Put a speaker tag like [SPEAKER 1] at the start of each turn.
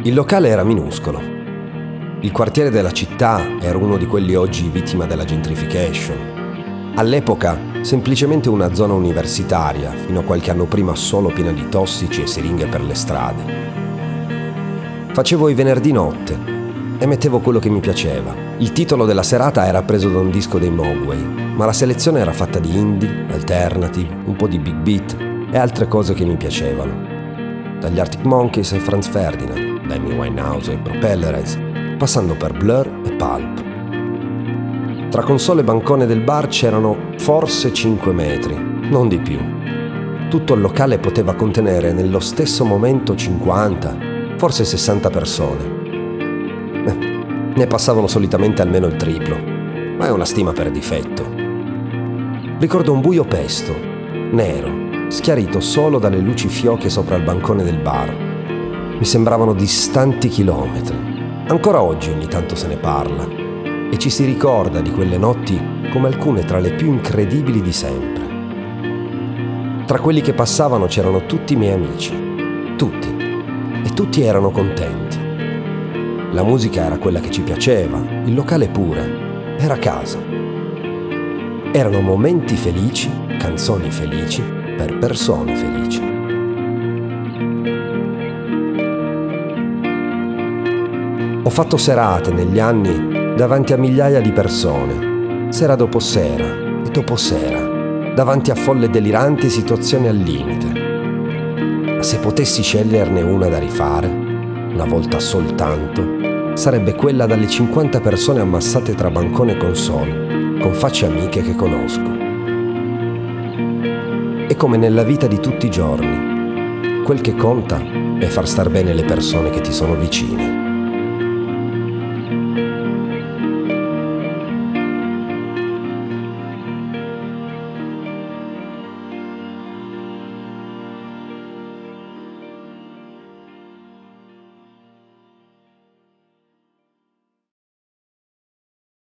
[SPEAKER 1] Il locale era minuscolo. Il quartiere della città era uno di quelli oggi vittima della gentrification. All'epoca semplicemente una zona universitaria, fino a qualche anno prima solo piena di tossici e siringhe per le strade. Facevo i venerdì notte e mettevo quello che mi piaceva. Il titolo della serata era preso da un disco dei Mogwai, ma la selezione era fatta di indie, alternative, un po' di big beat e altre cose che mi piacevano. Dagli Arctic Monkeys ai Franz Ferdinand, da Amy Winehouse ai Propellers, passando per Blur e Pulp. Tra console e bancone del bar c'erano forse 5 metri, non di più. Tutto il locale poteva contenere nello stesso momento 50, forse 60 persone. Ne passavano solitamente almeno il triplo, ma è una stima per difetto. Ricordo un buio pesto, nero, schiarito solo dalle luci fioche sopra il bancone del bar. Mi sembravano distanti chilometri. Ancora oggi ogni tanto se ne parla e ci si ricorda di quelle notti come alcune tra le più incredibili di sempre. Tra quelli che passavano c'erano tutti i miei amici, tutti, e tutti erano contenti. La musica era quella che ci piaceva, il locale pure, era casa. Erano momenti felici, canzoni felici, per persone felici. Ho fatto serate negli anni davanti a migliaia di persone, sera dopo sera e dopo sera, davanti a folle deliranti e situazioni al limite. Ma se potessi sceglierne una da rifare, una volta soltanto, sarebbe quella dalle 50 persone ammassate tra bancone e console, con facce amiche che conosco. E come nella vita di tutti i giorni, quel che conta è far star bene le persone che ti sono vicine.